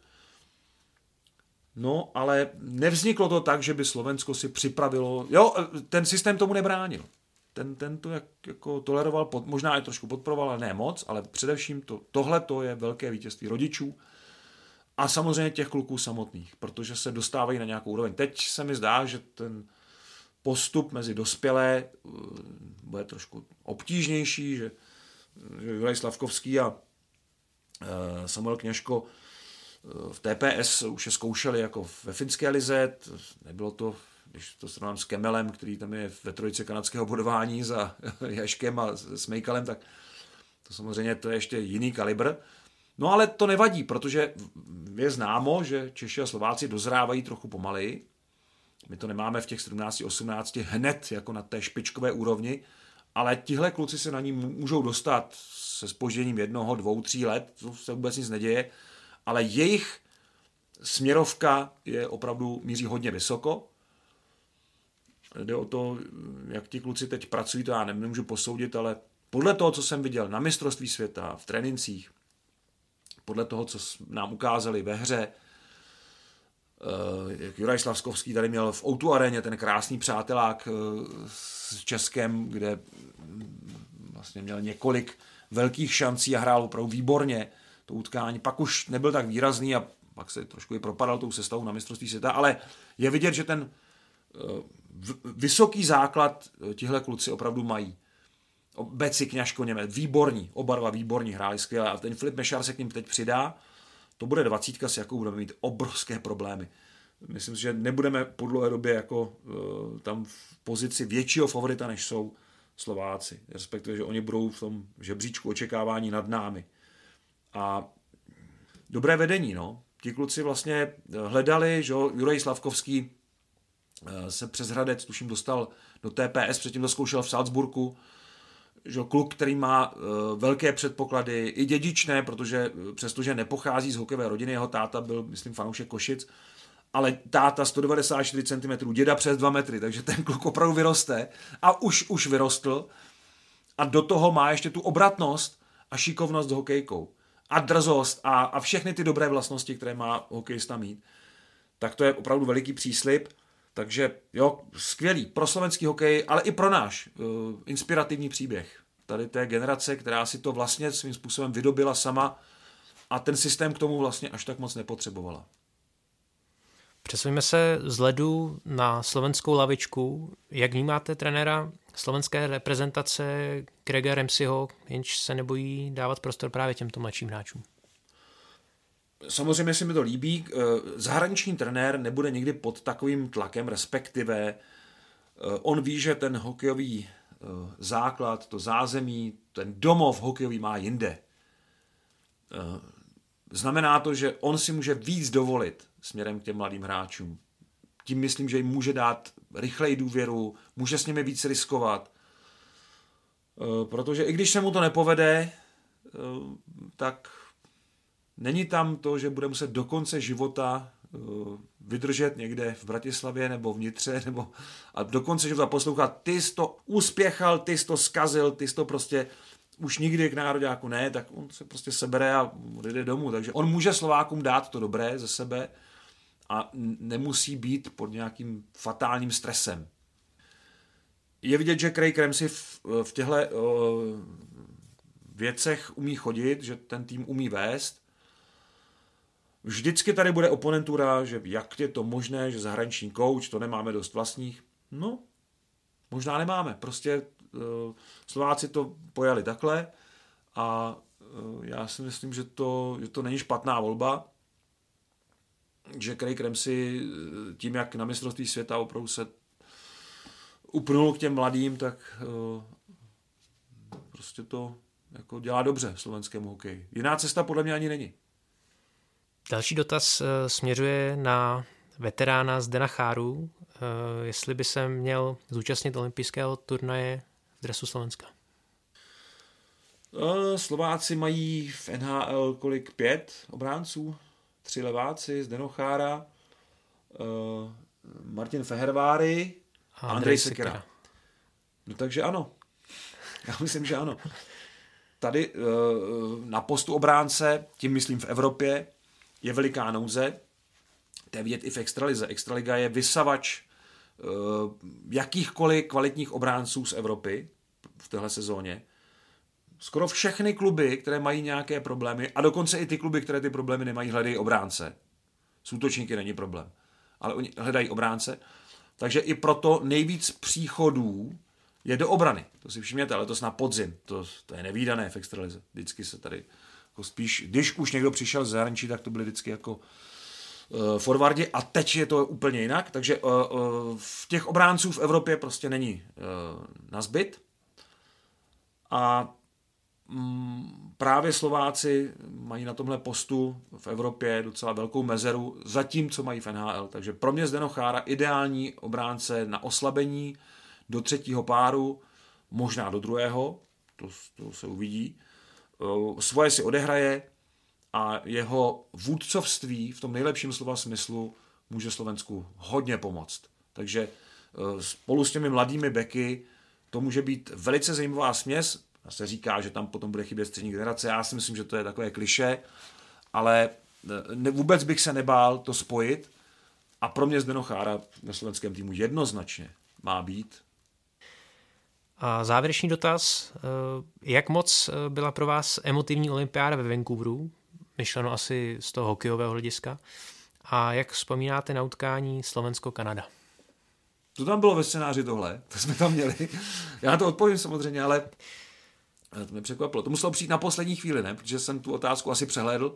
D: No, ale nevzniklo to tak, že by Slovensko si připravilo... Jo, ten systém tomu nebránil. Ten to jako toleroval, možná i trošku podporoval, ale ne moc, ale především tohle je velké vítězství rodičů A samozřejmě těch kluků samotných, protože se dostávají na nějakou úroveň. Teď se mi zdá, že ten postup mezi dospělé bude trošku obtížnější, že Juraj Slavkovský a Samuel Kněžko v TPS už je zkoušeli jako ve finské lize. Nebylo to, když to srovnám s Kemelem, který tam je ve trojice kanadského bodování za Jaškem a s Mejkalem, tak to samozřejmě to je ještě jiný kalibr. No ale to nevadí, protože je známo, že Češi a Slováci dozrávají trochu pomaleji. My to nemáme v těch 17-18 hned jako na té špičkové úrovni, ale tihle kluci se na ní můžou dostat se zpožděním 1, 2, 3 let, to se vůbec nic neděje, ale jejich směrovka je opravdu míří hodně vysoko. Jde o to, jak ti kluci teď pracují, to já nemůžu posoudit, ale podle toho, co jsem viděl na mistrovství světa, v trénincích, podle toho, co nám ukázali ve hře, jak Juraj Slavkovský tady měl v O2 aréně ten krásný přátelák s Českem, kde vlastně měl několik velkých šancí a hrál opravdu výborně to utkání. Pak už nebyl tak výrazný a pak se trošku i propadal tou sestavou na mistrovství světa, ale je vidět, že ten vysoký základ tihle kluci opravdu mají. Beci, Kňažko, Němec, výborní, oba dva výborní, hráli skvěle a ten Filip Mešár se k ním teď přidá. To bude 20, s jakou budeme mít obrovské problémy. Myslím si, že nebudeme po dlouhé době jako tam v pozici většího favorita, než jsou Slováci. Respektive, že oni budou v tom žebříčku očekávání nad námi. A dobré vedení, no. Ti kluci vlastně hledali, že Juraj Slavkovský se přes Hradec, tuším, dostal do TPS, předtím to zkoušel v Salzburgu, že kluk, který má velké předpoklady, i dědičné, protože přestože nepochází z hokejové rodiny, jeho táta byl, myslím, fanoušek Košic, ale táta 194 cm, děda přes 2 metry, takže ten kluk opravdu vyroste a už vyrostl a do toho má ještě tu obratnost a šikovnost s hokejkou a drzost a všechny ty dobré vlastnosti, které má hokejista mít. Tak to je opravdu veliký příslib. Takže jo, skvělý pro slovenský hokej, ale i pro náš inspirativní příběh. Tady té generace, která si to vlastně svým způsobem vydobila sama a ten systém k tomu vlastně až tak moc nepotřebovala.
C: Přesuňme se z ledu na slovenskou lavičku. Jak vnímáte trenéra slovenské reprezentace Craiga Ramseyho, jenž se nebojí dávat prostor právě těmto mladším hráčům?
D: Samozřejmě si mi to líbí. Zahraniční trenér nebude nikdy pod takovým tlakem, respektive on ví, že ten hokejový základ, to zázemí, ten domov hokejový má jinde. Znamená to, že on si může víc dovolit směrem k těm mladým hráčům. Tím myslím, že jim může dát rychleji důvěru, může s nimi víc riskovat. Protože i když se mu to nepovede, tak není tam to, že bude muset do konce života vydržet někde v Bratislavě nebo v Nitře a do konce života poslouchat, ty jsi to uspěchal, ty jsi to zkazil, ty jsi to prostě už nikdy k nároďáku ne, tak on se prostě sebere a jde domů. Takže on může Slovákům dát to dobré ze sebe a nemusí být pod nějakým fatálním stresem. Je vidět, že Craig Ramsey v těchto věcech umí chodit, že ten tým umí vést. Vždycky tady bude oponentura, že jak je to možné, že zahraniční kouč, to nemáme dost vlastních. No, možná nemáme. Prostě Slováci to pojali takhle a já si myslím, že to není špatná volba, že Craig Ramsey tím, jak na mistrovství světa opravdu se upnul k těm mladým, tak prostě to jako dělá dobře slovenskému hokeji. Jiná cesta podle mě ani není.
C: Další dotaz směřuje na veterána Zdena Cháru, jestli by se měl zúčastnit olympijského turnaje v dresu Slovenska.
D: Slováci mají v NHL kolik? 5 obránců? 3 leváci, Zdeno Chára, Martin Feherváry a Andrej Sekera. No takže ano. Já myslím, že ano. Tady na postu obránce, tím myslím v Evropě, je veliká nouze. To je vidět i v extralize. Extraliga je vysavač jakýchkoliv kvalitních obránců z Evropy v téhle sezóně. Skoro všechny kluby, které mají nějaké problémy, a dokonce i ty kluby, které ty problémy nemají, hledají obránce. S útočníky není problém, ale oni hledají obránce. Takže i proto nejvíc příchodů je do obrany. To si všimněte, ale to na podzim. To je nevídané v extralize. Vždycky se tady jako spíš, když už někdo přišel z zahraničí, tak to byly vždycky jako forwardi a teď je to úplně jinak. Takže v těch obránců v Evropě prostě není nazbyt. A právě Slováci mají na tomhle postu v Evropě docela velkou mezeru, zatímco mají v NHL. Takže pro mě Zdeno Chára ideální obránce na oslabení do třetího páru, možná do druhého, to se uvidí. Svoje si odehraje a jeho vůdcovství v tom nejlepším slova smyslu může Slovensku hodně pomoct. Takže spolu s těmi mladými beky to může být velice zajímavá směs. Se říká, že tam potom bude chybět střední generace. Já si myslím, že to je takové klišé, ale vůbec bych se nebál to spojit a pro mě Zdeno Chára ve slovenském týmu jednoznačně má být.
C: A závěrečný dotaz. Jak moc byla pro vás emotivní olympiáda ve Vancouveru? Myšleno asi z toho hokejového hlediska. A jak vzpomínáte na utkání Slovensko-Kanada?
D: To tam bylo ve scénáři tohle, to jsme tam měli. Já na to odpovím samozřejmě, ale to mě překvapilo. To muselo přijít na poslední chvíli, ne? Protože jsem tu otázku asi přehlédl.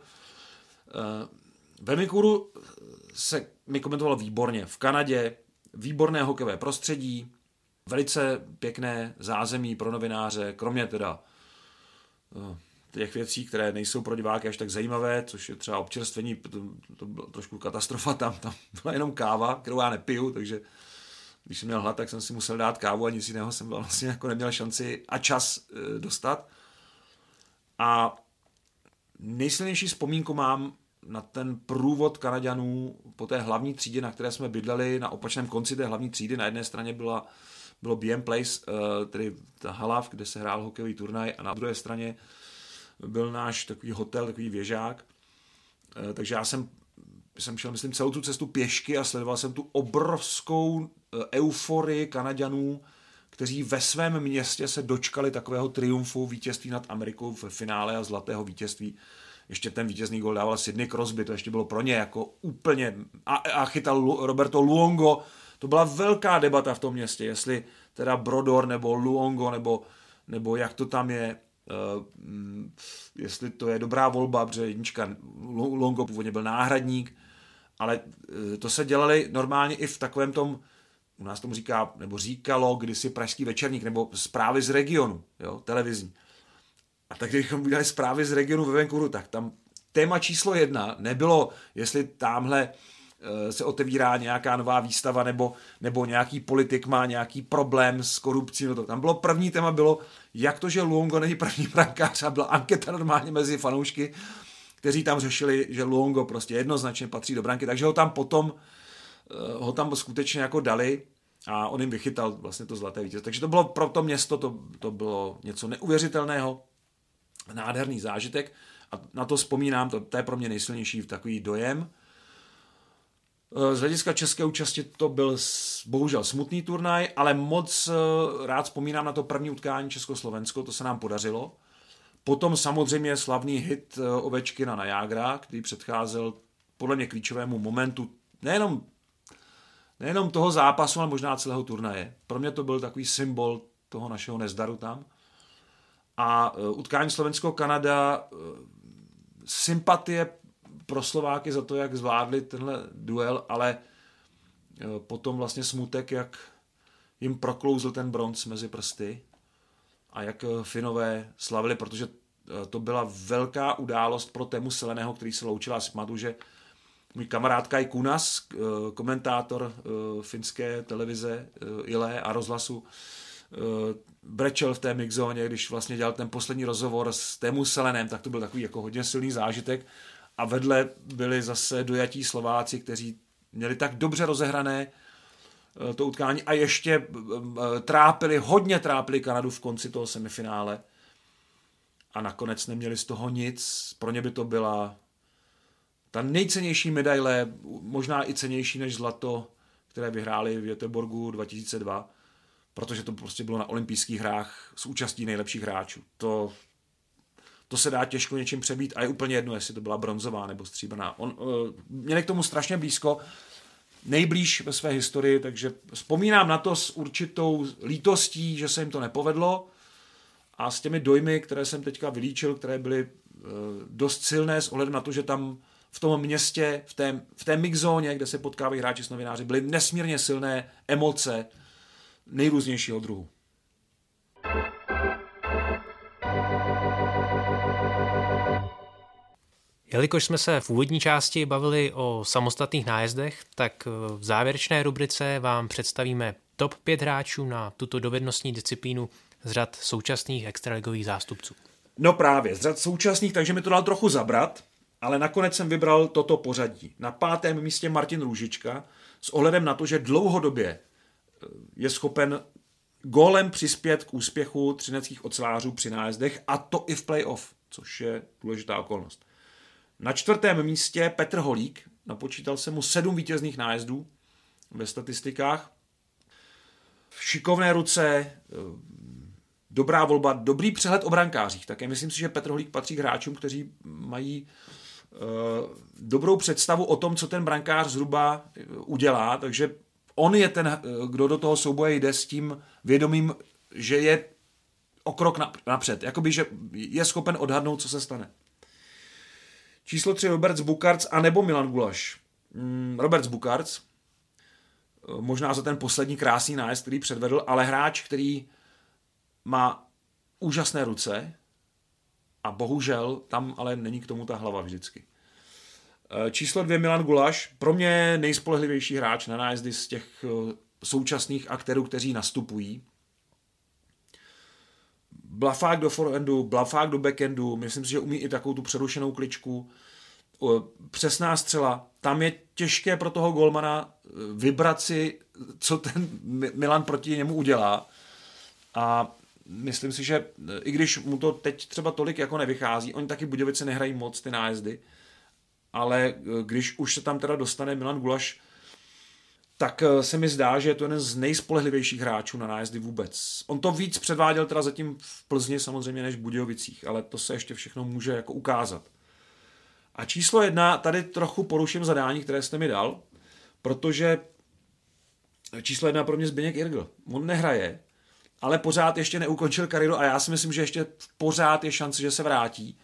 D: Ve Vancouveru se mi komentovalo výborně. V Kanadě výborné hokejové prostředí, velice pěkné zázemí pro novináře, kromě teda těch věcí, které nejsou pro diváky až tak zajímavé, což je třeba občerstvení, to byla trošku katastrofa, tam byla jenom káva, kterou já nepiju, takže když jsem měl hlad, tak jsem si musel dát kávu a nic jiného jsem vlastně jako neměl šanci a čas dostat. A nejsilnější vzpomínku mám na ten průvod Kanaďanů po té hlavní třídě, na které jsme bydleli, na opačném konci té hlavní třídy. Na jedné straně bylo BM Place, tedy ta hala, kde se hrál hokejový turnaj, a na druhé straně byl náš takový hotel, takový věžák. Takže já jsem šel, myslím, celou tu cestu pěšky a sledoval jsem tu obrovskou euforii Kanaďanů, kteří ve svém městě se dočkali takového triumfu, vítězství nad Amerikou v finále a zlatého vítězství. Ještě ten vítězný gól dával Sidney Crosby, to ještě bylo pro ně jako úplně... A chytal Roberto Luongo. To byla velká debata v tom městě, jestli teda Brodor nebo Luongo, nebo jak to tam je, jestli to je dobrá volba, protože jednička Luongo původně byl náhradník, ale to se dělali normálně i v takovém tom, u nás tomu říká, nebo říkalo kdysi Pražský večerník, nebo zprávy z regionu, jo, televizní. A tak kdybychom udělali zprávy z regionu ve Vancouveru, tak tam téma číslo 1 nebylo, jestli tamhle se otevírá nějaká nová výstava, nebo nějaký politik má nějaký problém s korupcí. No to. Tam bylo první téma, bylo, jak to, že Luongo není první brankář, a byla anketa normálně mezi fanoušky, kteří tam řešili, že Luongo prostě jednoznačně patří do branky, takže ho tam skutečně jako dali a on jim vychytal vlastně to zlaté vítězství. Takže to bylo pro to město, to bylo něco neuvěřitelného, nádherný zážitek a na to vzpomínám, to je pro mě nejsilnější takový dojem. Z hlediska české účasti to byl bohužel smutný turnaj, ale moc rád vzpomínám na to první utkání Československo, to se nám podařilo. Potom samozřejmě slavný hit Ovečkina na Jágra, který předcházel podle mě klíčovému momentu nejenom toho zápasu, ale možná celého turnaje. Pro mě to byl takový symbol toho našeho nezdaru tam. A utkání Slovensko-Kanada, sympatie pro Slováky za to, jak zvládli tenhle duel, ale potom vlastně smutek, jak jim proklouzl ten bronz mezi prsty a jak Finové slavili, protože to byla velká událost pro Teemu Seläného, který se loučil. Já si pamatuju, že můj kamarád Kai Kunas, komentátor finské televize Yle a rozhlasu, brečel v té mixzóně, když vlastně dělal ten poslední rozhovor s Teemu Selänem, tak to byl takový jako hodně silný zážitek. A vedle byli zase dojatí Slováci, kteří měli tak dobře rozehrané to utkání a ještě hodně trápili Kanadu v konci toho semifinále. A nakonec neměli z toho nic. Pro ně by to byla ta nejcennější medaile, možná i cennější než zlato, které vyhráli v Göteborgu 2002, protože to prostě bylo na olympijských hrách s účastí nejlepších hráčů. to se dá těžko něčím přebít a je úplně jedno, jestli to byla bronzová nebo stříbrná. Měli k tomu strašně blízko, nejblíž ve své historii, takže vzpomínám na to s určitou lítostí, že se jim to nepovedlo a s těmi dojmy, které jsem teďka vylíčil, které byly dost silné s ohledem na to, že tam v tom městě, v té mixzóně, kde se potkávají hráči s novináři, byly nesmírně silné emoce nejrůznějšího druhu.
C: Jelikož jsme se v úvodní části bavili o samostatných nájezdech, tak v závěrečné rubrice vám představíme top 5 hráčů na tuto dovednostní disciplínu z řad současných extraligových zástupců.
D: No právě, z řad současných, takže mi to dal trochu zabrat, ale nakonec jsem vybral toto pořadí. Na 5. místě Martin Růžička s ohledem na to, že dlouhodobě je schopen gólem přispět k úspěchu třineckých ocelářů při nájezdech, a to i v playoff, což je důležitá okolnost. Na 4. místě Petr Holík, napočítal jsem mu 7 vítězných nájezdů ve statistikách. Šikovné ruce, dobrá volba, dobrý přehled o brankářích. Také myslím si, že Petr Holík patří k hráčům, kteří mají dobrou představu o tom, co ten brankář zhruba udělá, takže on je ten, kdo do toho souboje jde s tím vědomím, že je o krok napřed, jakoby, že je schopen odhadnout, co se stane. Číslo 3 Robert Bukarc anebo Milan Gulaš. Robert Bukarc, možná za ten poslední krásný nájezd, který předvedl, ale hráč, který má úžasné ruce a bohužel tam ale není k tomu ta hlava vždycky. Číslo 2 Milan Gulaš, pro mě nejspolehlivější hráč na nájezdy z těch současných aktérů, kteří nastupují. Blafák do forehandu, blafák do backendu, myslím si, že umí i takovou tu přerušenou kličku. Přesná střela, tam je těžké pro toho golmana vybrat si, co ten Milan proti němu udělá. A myslím si, že i když mu to teď třeba tolik jako nevychází, oni taky Budějovice nehrají moc ty nájezdy, ale když už se tam teda dostane Milan Gulaš, tak se mi zdá, že je to jeden z nejspolehlivějších hráčů na nájezdy vůbec. On to víc předváděl teda zatím v Plzni samozřejmě než v Budějovicích, ale to se ještě všechno může jako ukázat. A číslo 1, tady trochu poruším zadání, které jste mi dal, protože číslo 1 pro mě Zbyněk Irgl. On nehraje, ale pořád ještě neukončil kariéru a já si myslím, že ještě pořád je šance, že se vrátí.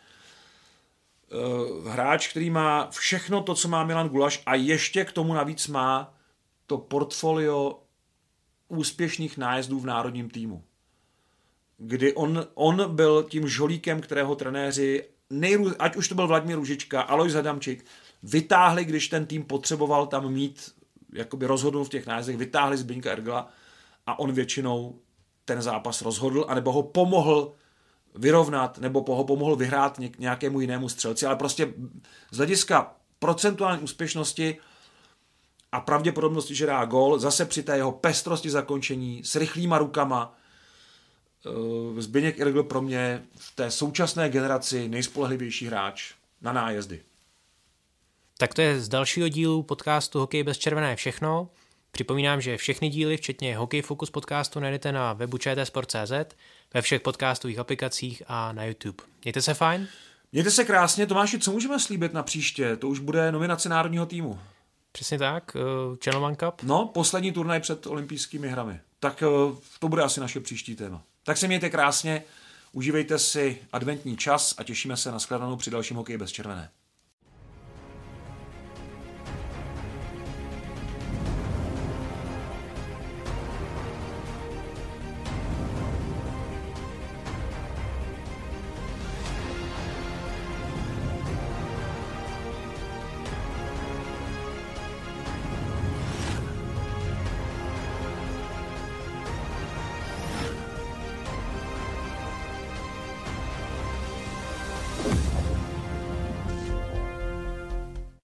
D: Hráč, který má všechno to, co má Milan Gulaš a ještě k tomu navíc má to portfolio úspěšných nájezdů v národním týmu. Kdy on byl tím žolíkem, kterého trenéři, ať už to byl Vladimír Růžička, Alojz Hadamčík, vytáhli, když ten tým potřeboval tam mít, jakoby rozhodnout v těch nájezdech, vytáhli Zbyňka Irgla a on většinou ten zápas rozhodl, anebo ho pomohl vyrovnat, nebo ho pomohl vyhrát nějakému jinému střelci, ale prostě z hlediska procentuální úspěšnosti a pravděpodobnosti, že dá gól, zase při té jeho pestrosti zakončení, s rychlýma rukama, Zbyněk Irgl pro mě v té současné generaci nejspolehlivější hráč na nájezdy.
C: Tak to je z dalšího dílu podcastu Hokej bez červené všechno. Připomínám, že všechny díly, včetně Hokej Focus podcastu, najdete na webu čtsport.cz, ve všech podcastových aplikacích a na YouTube. Mějte se fajn.
D: Mějte se krásně. Tomáši, co můžeme slíbit na příště? To už bude nominace národního týmu.
C: Přesně tak, Channel One Cup.
D: No, poslední turnaj před olympijskými hrami. Tak to bude asi naše příští téma. Tak se mějte krásně, užívejte si adventní čas a těšíme se na shledanou při dalším Hokeji bez červené.